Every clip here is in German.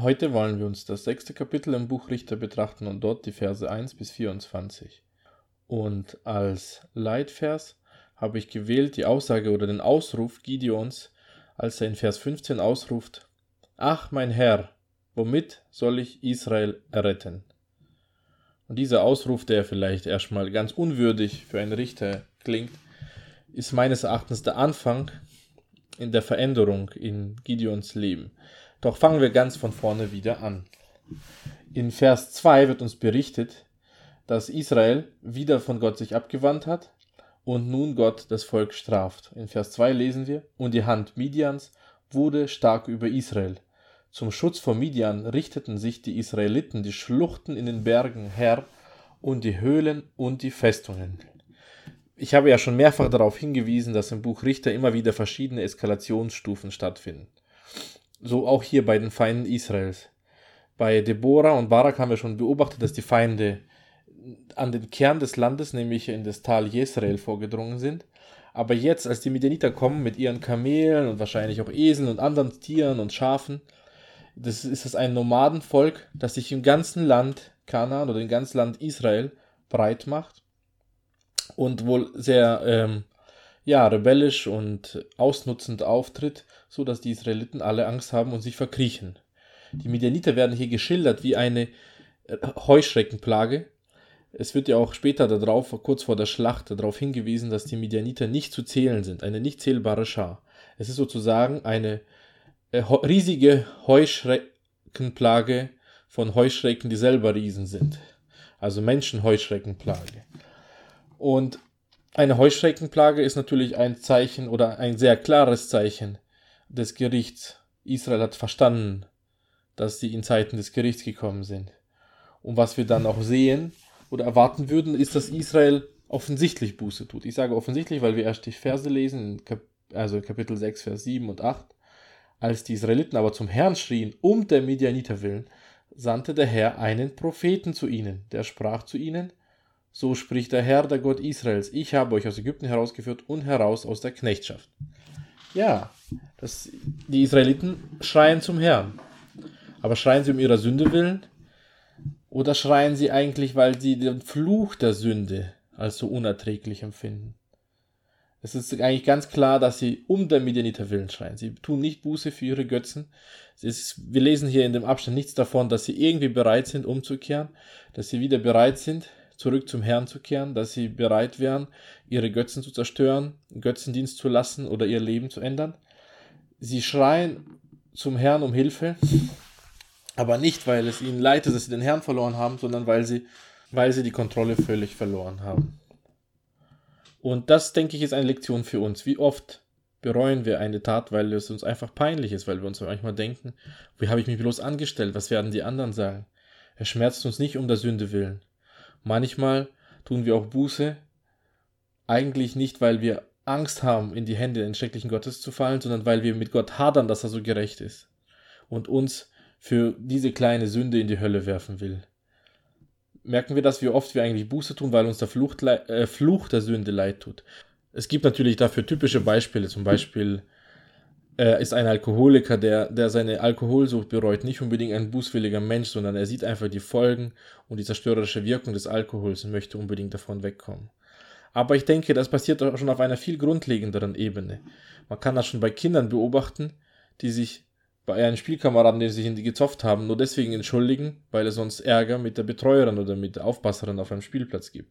Heute wollen wir uns das 6. Kapitel im Buch Richter betrachten und dort die Verse 1 bis 24. Und als Leitvers habe ich gewählt die Aussage oder den Ausruf Gideons, als er in Vers 15 ausruft: Ach, mein Herr, womit soll ich Israel erretten? Und dieser Ausruf, der vielleicht erstmal ganz unwürdig für einen Richter klingt, ist meines Erachtens der Anfang in der Veränderung in Gideons Leben. Doch fangen wir ganz von vorne wieder an. In Vers 2 wird uns berichtet, dass Israel wieder von Gott sich abgewandt hat und nun Gott das Volk straft. In Vers 2 lesen wir: Und die Hand Midians wurde stark über Israel. Zum Schutz vor Midian richteten sich die Israeliten die Schluchten in den Bergen her und die Höhlen und die Festungen. Ich habe ja schon mehrfach darauf hingewiesen, dass im Buch Richter immer wieder verschiedene Eskalationsstufen stattfinden. So auch hier bei den Feinden Israels. Bei Deborah und Barak haben wir schon beobachtet, dass die Feinde an den Kern des Landes, nämlich in das Tal Jezreel, vorgedrungen sind. Aber jetzt, als die Midianiter kommen mit ihren Kamelen und wahrscheinlich auch Eseln und anderen Tieren und Schafen, ist es ein Nomadenvolk, das sich im ganzen Land Kanaan oder im ganzen Land Israel breit macht und wohl sehr rebellisch und ausnutzend auftritt, so dass die Israeliten alle Angst haben und sich verkriechen. Die Midianiter werden hier geschildert wie eine Heuschreckenplage. Es wird ja auch später kurz vor der Schlacht, darauf hingewiesen, dass die Midianiter nicht zu zählen sind, eine nicht zählbare Schar. Es ist sozusagen eine riesige Heuschreckenplage von Heuschrecken, die selber Riesen sind. Also Menschenheuschreckenplage. Und eine Heuschreckenplage ist natürlich ein Zeichen oder ein sehr klares Zeichen des Gerichts. Israel hat verstanden, dass sie in Zeiten des Gerichts gekommen sind. Und was wir dann auch sehen oder erwarten würden, ist, dass Israel offensichtlich Buße tut. Ich sage offensichtlich, weil wir erst die Verse lesen, also Kapitel 6, Vers 7 und 8. Als die Israeliten aber zum Herrn schrien, um der Midianiter willen, sandte der Herr einen Propheten zu ihnen, der sprach zu ihnen: So spricht der Herr, der Gott Israels: Ich habe euch aus Ägypten herausgeführt und heraus aus der Knechtschaft. Ja, die Israeliten schreien zum Herrn. Aber schreien sie um ihrer Sünde willen? Oder schreien sie eigentlich, weil sie den Fluch der Sünde als so unerträglich empfinden? Es ist eigentlich ganz klar, dass sie um der Midianiter willen schreien. Sie tun nicht Buße für ihre Götzen. Wir lesen hier in dem Abschnitt nichts davon, dass sie irgendwie bereit sind, umzukehren, dass sie wieder bereit sind, zurück zum Herrn zu kehren, dass sie bereit wären, ihre Götzen zu zerstören, Götzendienst zu lassen oder ihr Leben zu ändern. Sie schreien zum Herrn um Hilfe, aber nicht, weil es ihnen leid ist, dass sie den Herrn verloren haben, sondern weil sie die Kontrolle völlig verloren haben. Und das, denke ich, ist eine Lektion für uns. Wie oft bereuen wir eine Tat, weil es uns einfach peinlich ist, weil wir uns manchmal denken: Wie habe ich mich bloß angestellt? Was werden die anderen sagen? Es schmerzt uns nicht um der Sünde willen. Manchmal tun wir auch Buße, eigentlich nicht, weil wir Angst haben, in die Hände des schrecklichen Gottes zu fallen, sondern weil wir mit Gott hadern, dass er so gerecht ist und uns für diese kleine Sünde in die Hölle werfen will. Merken wir das, wie oft wir eigentlich Buße tun, weil uns der Fluch der Sünde leid tut. Es gibt natürlich dafür typische Beispiele. Zum Beispiel ist ein Alkoholiker, der seine Alkoholsucht bereut, nicht unbedingt ein bußwilliger Mensch, sondern er sieht einfach die Folgen und die zerstörerische Wirkung des Alkohols und möchte unbedingt davon wegkommen. Aber ich denke, das passiert auch schon auf einer viel grundlegenderen Ebene. Man kann das schon bei Kindern beobachten, die sich bei einem Spielkameraden, den sie sich gezofft haben, nur deswegen entschuldigen, weil es sonst Ärger mit der Betreuerin oder mit der Aufpasserin auf einem Spielplatz gibt.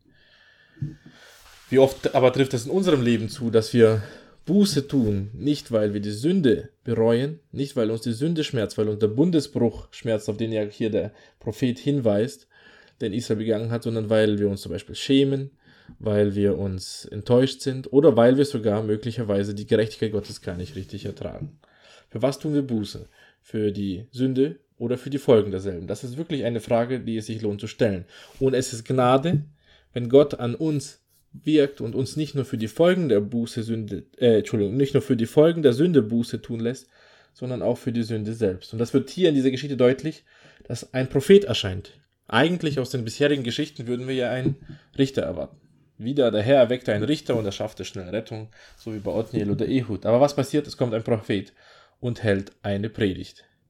Wie oft aber trifft es in unserem Leben zu, dass wir Buße tun, nicht weil wir die Sünde bereuen, nicht weil uns die Sünde schmerzt, weil uns der Bundesbruch schmerzt, auf den ja hier der Prophet hinweist, den Israel begangen hat, sondern weil wir uns zum Beispiel schämen, weil wir uns enttäuscht sind oder weil wir sogar möglicherweise die Gerechtigkeit Gottes gar nicht richtig ertragen. Für was tun wir Buße? Für die Sünde oder für die Folgen derselben? Das ist wirklich eine Frage, die es sich lohnt zu stellen. Und es ist Gnade, wenn Gott an uns wirkt und uns nicht nur für die Folgen der nicht nur für die Folgen der Sünde Buße tun lässt, sondern auch für die Sünde selbst. Und das wird hier in dieser Geschichte deutlich, dass ein Prophet erscheint. Eigentlich aus den bisherigen Geschichten würden wir ja einen Richter erwarten. Wieder der Herr erweckte einen Richter und er schaffte schnell Rettung, so wie bei Othniel oder Ehud. Aber was passiert? Es kommt ein Prophet und hält eine Predigt.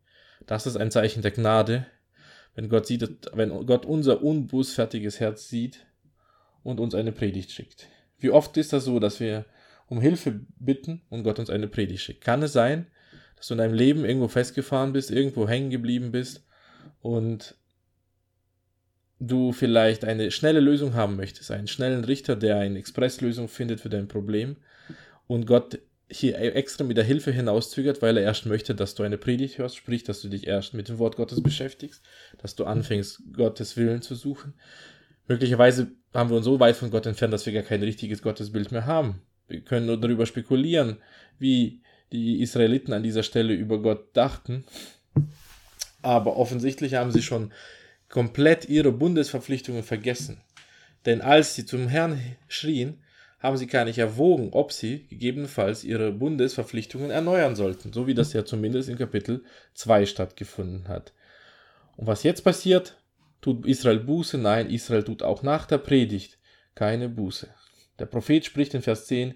Das ist ein Zeichen der Gnade, wenn Gott unser unbußfertiges Herz sieht und uns eine Predigt schickt. Wie oft ist das so, dass wir um Hilfe bitten und Gott uns eine Predigt schickt? Kann es sein, dass du in deinem Leben irgendwo festgefahren bist, irgendwo hängen geblieben bist und du vielleicht eine schnelle Lösung haben möchtest, einen schnellen Richter, der eine Expresslösung findet für dein Problem und Gott hier extra mit der Hilfe hinauszögert, weil er erst möchte, dass du eine Predigt hörst, sprich, dass du dich erst mit dem Wort Gottes beschäftigst, dass du anfängst, Gottes Willen zu suchen. Möglicherweise haben wir uns so weit von Gott entfernt, dass wir gar kein richtiges Gottesbild mehr haben. Wir können nur darüber spekulieren, wie die Israeliten an dieser Stelle über Gott dachten, aber offensichtlich haben sie schon komplett ihre Bundesverpflichtungen vergessen. Denn als sie zum Herrn schrien, haben sie gar nicht erwogen, ob sie gegebenenfalls ihre Bundesverpflichtungen erneuern sollten, so wie das ja zumindest in Kapitel 2 stattgefunden hat. Und was jetzt passiert, tut Israel Buße? Nein, Israel tut auch nach der Predigt keine Buße. Der Prophet spricht in Vers 10,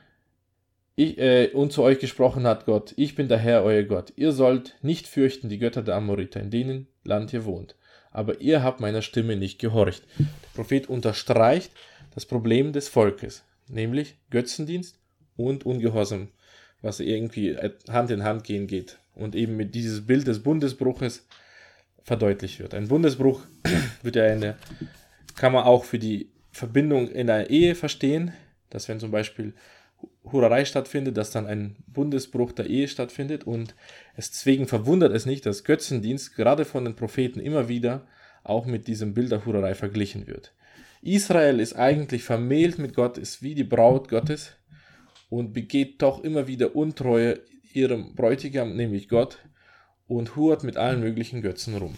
und zu euch gesprochen hat Gott, ich bin der Herr, euer Gott. Ihr sollt nicht fürchten die Götter der Amoriter, in denen Land ihr wohnt. Aber ihr habt meiner Stimme nicht gehorcht. Der Prophet unterstreicht das Problem des Volkes, nämlich Götzendienst und Ungehorsam, was irgendwie Hand in Hand gehen geht und eben mit dieses Bild des Bundesbruches verdeutlicht wird. Ein Bundesbruch kann man auch für die Verbindung in einer Ehe verstehen, dass wenn zum Beispiel Hurerei stattfindet, dass dann ein Bundesbruch der Ehe stattfindet und deswegen verwundert es nicht, dass Götzendienst gerade von den Propheten immer wieder auch mit diesem Bild der Hurerei verglichen wird. Israel ist eigentlich vermählt mit Gott, ist wie die Braut Gottes und begeht doch immer wieder Untreue ihrem Bräutigam, nämlich Gott, und hurt mit allen möglichen Götzen rum.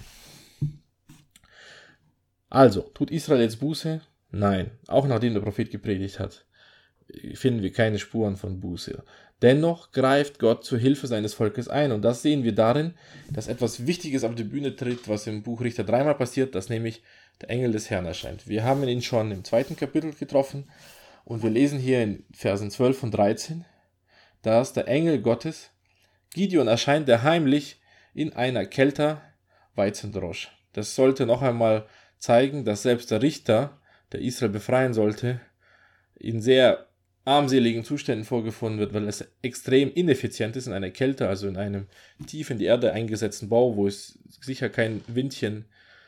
Also, tut Israel jetzt Buße? Nein, auch nachdem der Prophet gepredigt hat, finden wir keine Spuren von Buße. Dennoch greift Gott zur Hilfe seines Volkes ein und das sehen wir darin, dass etwas Wichtiges auf die Bühne tritt, was im Buch Richter 3-mal passiert, dass nämlich der Engel des Herrn erscheint. Wir haben ihn schon im 2. Kapitel getroffen und wir lesen hier in Versen 12 und 13, dass der Engel Gottes Gideon erscheint, der heimlich in einer Kelter Weizen drosch. Das sollte noch einmal zeigen, dass selbst der Richter, der Israel befreien sollte, in sehr armseligen Zuständen vorgefunden wird, weil es extrem ineffizient ist in einer Kälte, also in einem tief in die Erde eingesetzten Bau, wo es sicher kein Windchen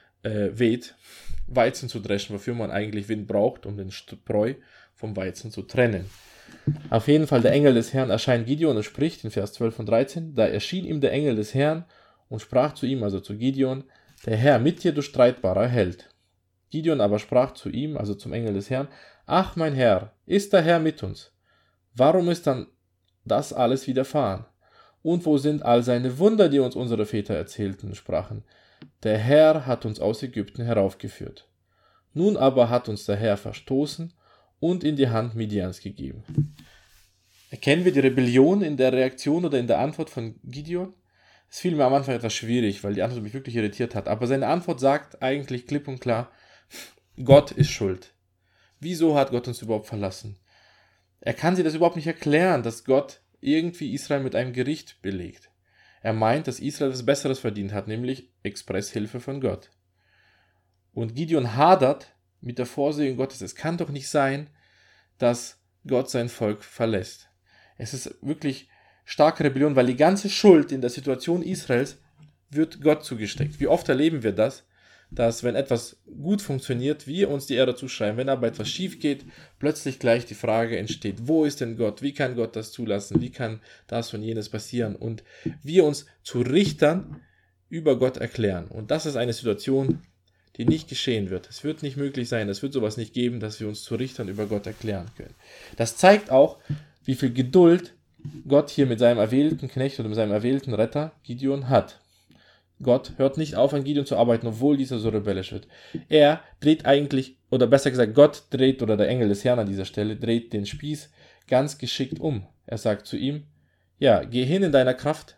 weht, Weizen zu dreschen, wofür man eigentlich Wind braucht, um den Spreu vom Weizen zu trennen. Auf jeden Fall, der Engel des Herrn erscheint Gideon und spricht in Vers 12 und 13, da erschien ihm der Engel des Herrn und sprach zu ihm, also zu Gideon, der Herr mit dir, du streitbarer Held. Gideon aber sprach zu ihm, also zum Engel des Herrn, ach mein Herr, ist der Herr mit uns? Warum ist dann das alles widerfahren? Und wo sind all seine Wunder, die uns unsere Väter erzählten und sprachen? Der Herr hat uns aus Ägypten heraufgeführt. Nun aber hat uns der Herr verstoßen und in die Hand Midians gegeben. Erkennen wir die Rebellion in der Reaktion oder in der Antwort von Gideon? Es fiel mir am Anfang etwas schwierig, weil die Antwort mich wirklich irritiert hat. Aber seine Antwort sagt eigentlich klipp und klar, Gott ist schuld. Wieso hat Gott uns überhaupt verlassen? Er kann sich das überhaupt nicht erklären, dass Gott irgendwie Israel mit einem Gericht belegt. Er meint, dass Israel etwas Besseres verdient hat, nämlich Expresshilfe von Gott. Und Gideon hadert mit der Vorsehung Gottes. Es kann doch nicht sein, dass Gott sein Volk verlässt. Es ist wirklich starke Rebellion, weil die ganze Schuld in der Situation Israels wird Gott zugesteckt. Wie oft erleben wir das, dass wenn etwas gut funktioniert, wir uns die Ehre zuschreiben. Wenn aber etwas schief geht, plötzlich gleich die Frage entsteht, wo ist denn Gott? Wie kann Gott das zulassen? Wie kann das und jenes passieren? Und wir uns zu Richtern über Gott erklären. Und das ist eine Situation, die nicht geschehen wird. Es wird nicht möglich sein, es wird sowas nicht geben, dass wir uns zu Richtern über Gott erklären können. Das zeigt auch, wie viel Geduld Gott hier mit seinem erwählten Knecht oder mit seinem erwählten Retter Gideon hat. Gott hört nicht auf, an Gideon zu arbeiten, obwohl dieser so rebellisch wird. Er dreht eigentlich, oder besser gesagt, Gott dreht, oder der Engel des Herrn an dieser Stelle, dreht den Spieß ganz geschickt um. Er sagt zu ihm, ja, geh hin in deiner Kraft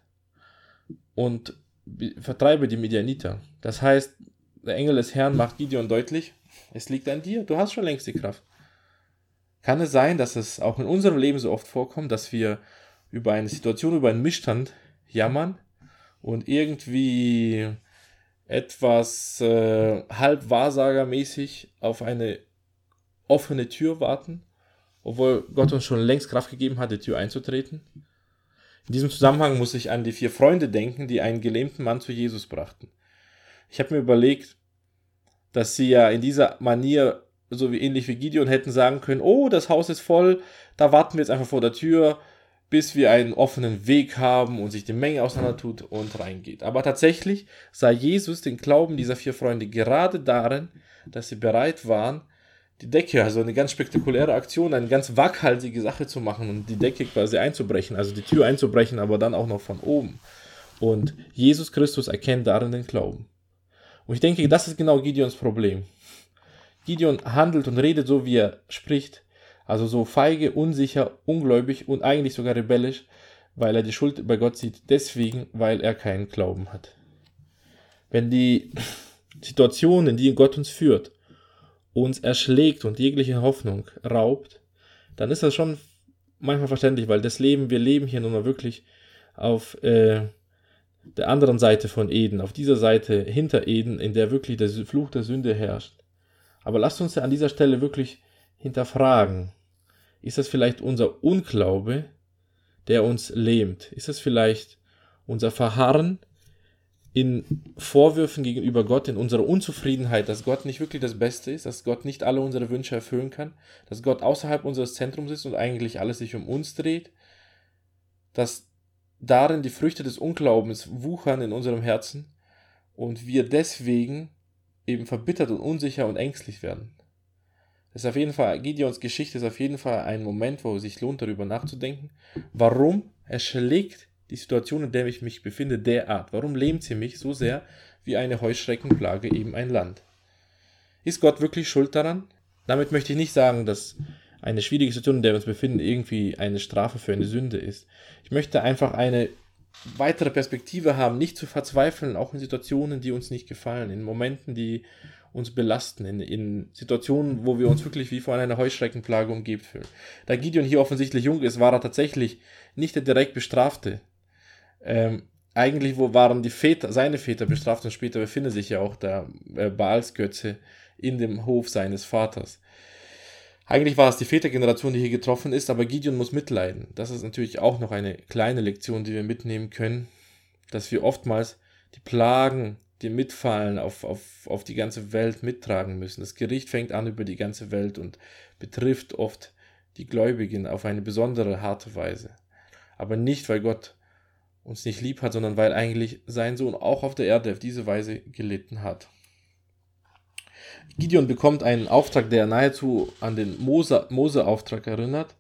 und vertreibe die Midianiter. Das heißt, der Engel des Herrn macht Gideon deutlich, es liegt an dir, du hast schon längst die Kraft. Kann es sein, dass es auch in unserem Leben so oft vorkommt, dass wir über eine Situation, über einen Missstand jammern und irgendwie etwas halb wahrsagermäßig auf eine offene Tür warten, obwohl Gott uns schon längst Kraft gegeben hat, die Tür einzutreten. In diesem Zusammenhang muss ich an die 4 Freunde denken, die einen gelähmten Mann zu Jesus brachten. Ich habe mir überlegt, dass sie ja in dieser Manier, so wie ähnlich wie Gideon, hätten sagen können, oh, das Haus ist voll, da warten wir jetzt einfach vor der Tür, bis wir einen offenen Weg haben und sich die Menge auseinander tut und reingeht. Aber tatsächlich sah Jesus den Glauben dieser 4 Freunde gerade darin, dass sie bereit waren, die Decke, also eine ganz spektakuläre Aktion, eine ganz waghalsige Sache zu machen und die Decke quasi einzubrechen, also die Tür einzubrechen, aber dann auch noch von oben. Und Jesus Christus erkennt darin den Glauben. Und ich denke, das ist genau Gideons Problem. Gideon handelt und redet so, wie er spricht, also so feige, unsicher, ungläubig und eigentlich sogar rebellisch, weil er die Schuld bei Gott sieht, deswegen, weil er keinen Glauben hat. Wenn die Situation, in die Gott uns führt, uns erschlägt und jegliche Hoffnung raubt, dann ist das schon manchmal verständlich, weil wir leben hier nun mal wirklich auf der anderen Seite von Eden, auf dieser Seite hinter Eden, in der wirklich der Fluch der Sünde herrscht. Aber lasst uns ja an dieser Stelle wirklich hinterfragen, ist das vielleicht unser Unglaube, der uns lähmt? Ist das vielleicht unser Verharren in Vorwürfen gegenüber Gott, in unserer Unzufriedenheit, dass Gott nicht wirklich das Beste ist, dass Gott nicht alle unsere Wünsche erfüllen kann, dass Gott außerhalb unseres Zentrums ist und eigentlich alles sich um uns dreht, dass darin die Früchte des Unglaubens wuchern in unserem Herzen und wir deswegen eben verbittert und unsicher und ängstlich werden. Das ist auf jeden Fall, Gideons Geschichte ist auf jeden Fall ein Moment, wo es sich lohnt, darüber nachzudenken, warum erschlägt die Situation, in der ich mich befinde, derart? Warum lähmt sie mich so sehr wie eine Heuschreckenplage eben ein Land? Ist Gott wirklich schuld daran? Damit möchte ich nicht sagen, dass eine schwierige Situation, in der wir uns befinden, irgendwie eine Strafe für eine Sünde ist. Ich möchte einfach eine weitere Perspektive haben, nicht zu verzweifeln, auch in Situationen, die uns nicht gefallen, in Momenten, die uns belasten, in Situationen, wo wir uns wirklich wie von einer Heuschreckenplage umgeben fühlen. Da Gideon hier offensichtlich jung ist, war er tatsächlich nicht der direkt Bestrafte. Eigentlich waren seine Väter bestraft und später befindet sich ja auch der Baalsgötze in dem Hof seines Vaters. Eigentlich war es die Vätergeneration, die hier getroffen ist, aber Gideon muss mitleiden. Das ist natürlich auch noch eine kleine Lektion, die wir mitnehmen können, dass wir oftmals die Plagen, die mitfallen, auf die ganze Welt mittragen müssen. Das Gericht fängt an über die ganze Welt und betrifft oft die Gläubigen auf eine besondere harte Weise. Aber nicht, weil Gott uns nicht lieb hat, sondern weil eigentlich sein Sohn auch auf der Erde auf diese Weise gelitten hat. Gideon bekommt einen Auftrag, der nahezu an den Mose-Auftrag erinnert,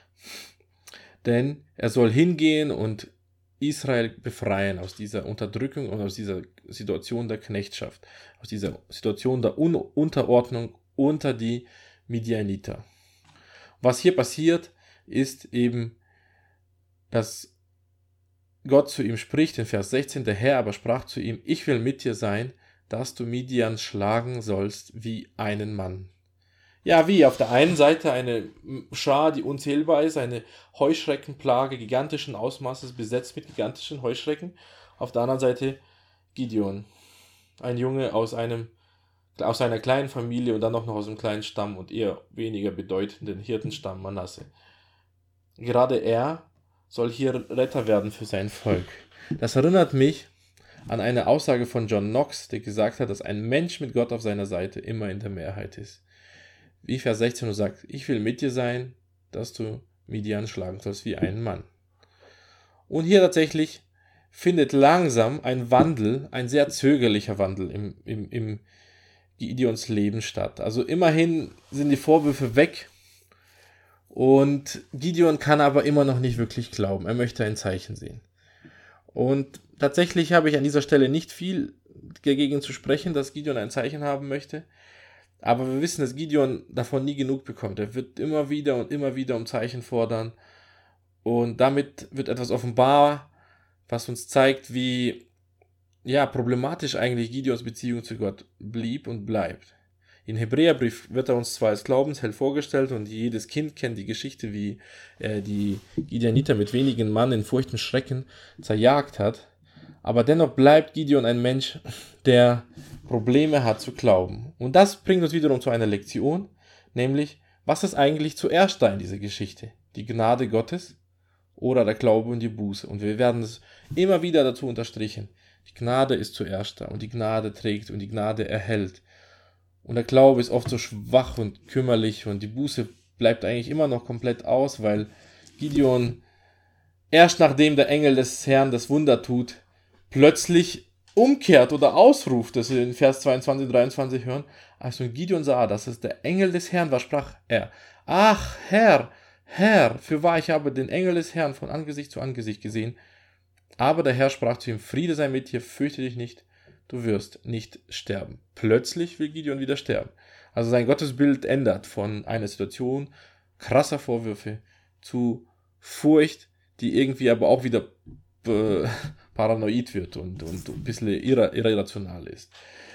denn er soll hingehen und Israel befreien aus dieser Unterdrückung und aus dieser Situation der Knechtschaft, aus dieser Situation der Unterordnung unter die Midianiter. Was hier passiert, ist eben, dass Gott zu ihm spricht, in Vers 16, der Herr aber sprach zu ihm, ich will mit dir sein, dass du Midian schlagen sollst wie einen Mann. Ja, wie auf der einen Seite eine Schar, die unzählbar ist, eine Heuschreckenplage gigantischen Ausmaßes, besetzt mit gigantischen Heuschrecken. Auf der anderen Seite Gideon, ein Junge aus einer kleinen Familie und dann auch noch aus einem kleinen Stamm und eher weniger bedeutenden Hirtenstamm Manasse. Gerade er soll hier Retter werden für sein Volk. Das erinnert mich an eine Aussage von John Knox, der gesagt hat, dass ein Mensch mit Gott auf seiner Seite immer in der Mehrheit ist. Wie Vers 16 sagt, ich will mit dir sein, dass du Midian schlagen sollst wie einen Mann. Und hier tatsächlich findet langsam ein Wandel, ein sehr zögerlicher Wandel im Gideons Leben statt. Also immerhin sind die Vorwürfe weg und Gideon kann aber immer noch nicht wirklich glauben. Er möchte ein Zeichen sehen. Und tatsächlich habe ich an dieser Stelle nicht viel dagegen zu sprechen, dass Gideon ein Zeichen haben möchte. Aber wir wissen, dass Gideon davon nie genug bekommt. Er wird immer wieder um Zeichen fordern. Und damit wird etwas offenbar, was uns zeigt, wie problematisch eigentlich Gideons Beziehung zu Gott blieb und bleibt. Im Hebräerbrief wird er uns zwar als Glaubensheld vorgestellt und jedes Kind kennt die Geschichte, wie er die Gideoniter mit wenigen Mann in Furcht und Schrecken zerjagt hat. Aber dennoch bleibt Gideon ein Mensch, der Probleme hat zu glauben. Und das bringt uns wiederum zu einer Lektion, nämlich, was ist eigentlich zuerst da in dieser Geschichte? Die Gnade Gottes oder der Glaube und die Buße? Und wir werden es immer wieder dazu unterstrichen. Die Gnade ist zuerst da und die Gnade trägt und die Gnade erhält. Und der Glaube ist oft so schwach und kümmerlich und die Buße bleibt eigentlich immer noch komplett aus, weil Gideon erst nachdem der Engel des Herrn das Wunder tut, plötzlich umkehrt oder ausruft, das wir in Vers 22 und 23 hören. Also Gideon sah, dass es der Engel des Herrn war, sprach er: Ach Herr, Herr, fürwahr ich habe den Engel des Herrn von Angesicht zu Angesicht gesehen. Aber der Herr sprach zu ihm: Friede sei mit dir, fürchte dich nicht, du wirst nicht sterben. Plötzlich will Gideon wieder sterben. Also sein Gottesbild ändert von einer Situation krasser Vorwürfe zu Furcht, die irgendwie aber auch wieder paranoid wird und ein bisschen irrational ist.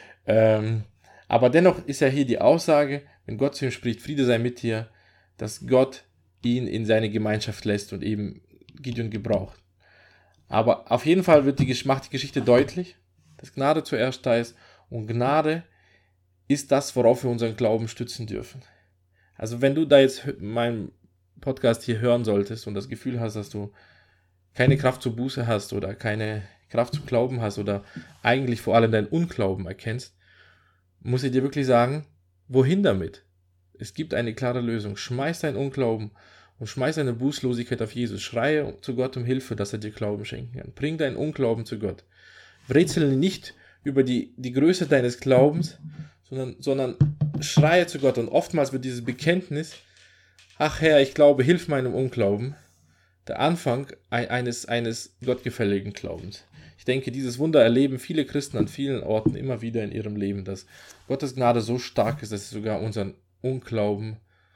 Aber dennoch ist ja hier die Aussage, wenn Gott zu ihm spricht, Friede sei mit dir, dass Gott ihn in seine Gemeinschaft lässt und eben Gideon gebraucht. Aber auf jeden Fall macht die Geschichte deutlich, dass Gnade zuerst da ist und Gnade ist das, worauf wir unseren Glauben stützen dürfen. Also wenn du da jetzt meinen Podcast hier hören solltest und das Gefühl hast, dass du keine Kraft zur Buße hast oder keine Kraft zum Glauben hast oder eigentlich vor allem deinen Unglauben erkennst, muss ich dir wirklich sagen, wohin damit? Es gibt eine klare Lösung. Schmeiß deinen Unglauben und schmeiß deine Bußlosigkeit auf Jesus. Schreie zu Gott um Hilfe, dass er dir Glauben schenken kann. Bring deinen Unglauben zu Gott. Rätsel nicht über die Größe deines Glaubens, sondern schreie zu Gott. Und oftmals wird dieses Bekenntnis: Ach Herr, ich glaube, hilf meinem Unglauben, der Anfang eines gottgefälligen Glaubens. Ich denke, dieses Wunder erleben viele Christen an vielen Orten immer wieder in ihrem Leben, dass Gottes Gnade so stark ist, dass sie sogar unseren Unglauben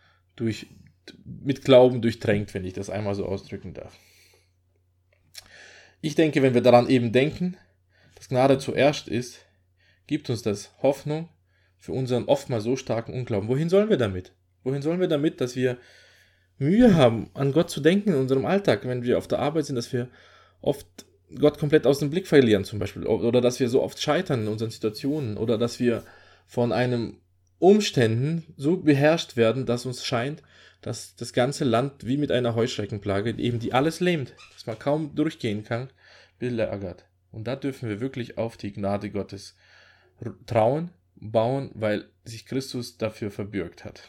mit Glauben durchdrängt, wenn ich das einmal so ausdrücken darf. Ich denke, wenn wir daran eben denken, dass Gnade zuerst ist, gibt uns das Hoffnung für unseren oftmals so starken Unglauben. Wohin sollen wir damit? Wohin sollen wir damit, dass wir Mühe haben, an Gott zu denken in unserem Alltag, wenn wir auf der Arbeit sind, dass wir oft Gott komplett aus dem Blick verlieren zum Beispiel, oder dass wir so oft scheitern in unseren Situationen, oder dass wir von einem Umständen so beherrscht werden, dass uns scheint, dass das ganze Land wie mit einer Heuschreckenplage, eben die alles lähmt, dass man kaum durchgehen kann, belagert. Und da dürfen wir wirklich auf die Gnade Gottes trauen, bauen, weil sich Christus dafür verbürgt hat.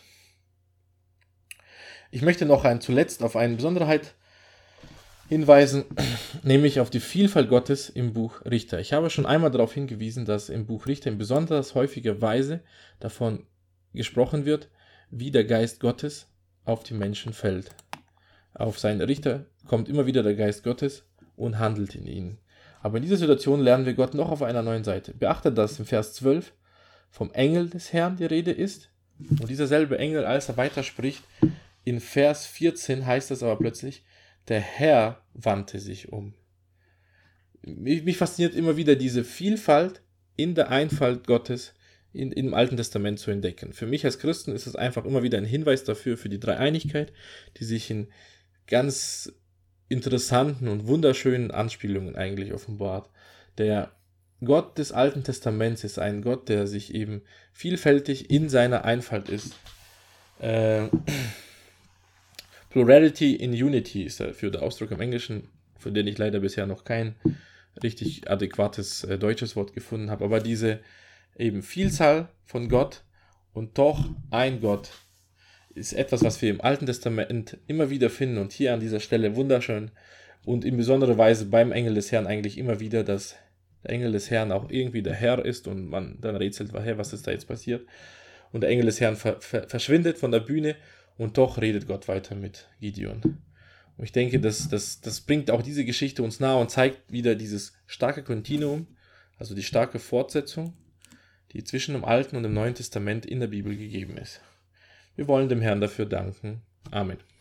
Ich möchte noch zuletzt auf eine Besonderheit hinweisen, nämlich auf die Vielfalt Gottes im Buch Richter. Ich habe schon einmal darauf hingewiesen, dass im Buch Richter in besonders häufiger Weise davon gesprochen wird, wie der Geist Gottes auf die Menschen fällt. Auf seinen Richter kommt immer wieder der Geist Gottes und handelt in ihnen. Aber in dieser Situation lernen wir Gott noch auf einer neuen Seite. Beachtet, dass im Vers 12 vom Engel des Herrn die Rede ist. Und dieser selbe Engel, als er weiterspricht, in Vers 14 heißt es aber plötzlich, der Herr wandte sich um. Mich fasziniert immer wieder diese Vielfalt in der Einfalt Gottes im Alten Testament zu entdecken. Für mich als Christen ist es einfach immer wieder ein Hinweis dafür, für die Dreieinigkeit, die sich in ganz interessanten und wunderschönen Anspielungen eigentlich offenbart. Der Gott des Alten Testaments ist ein Gott, der sich eben vielfältig in seiner Einfalt ist. Plurality in Unity ist dafür der Ausdruck im Englischen, für den ich leider bisher noch kein richtig adäquates deutsches Wort gefunden habe. Aber diese eben Vielzahl von Gott und doch ein Gott ist etwas, was wir im Alten Testament immer wieder finden und hier an dieser Stelle wunderschön und in besonderer Weise beim Engel des Herrn eigentlich immer wieder, dass der Engel des Herrn auch irgendwie der Herr ist und man dann rätselt, was ist da jetzt passiert? Und der Engel des Herrn verschwindet von der Bühne und doch redet Gott weiter mit Gideon. Und ich denke, das bringt auch diese Geschichte uns nahe und zeigt wieder dieses starke Kontinuum, also die starke Fortsetzung, die zwischen dem Alten und dem Neuen Testament in der Bibel gegeben ist. Wir wollen dem Herrn dafür danken. Amen.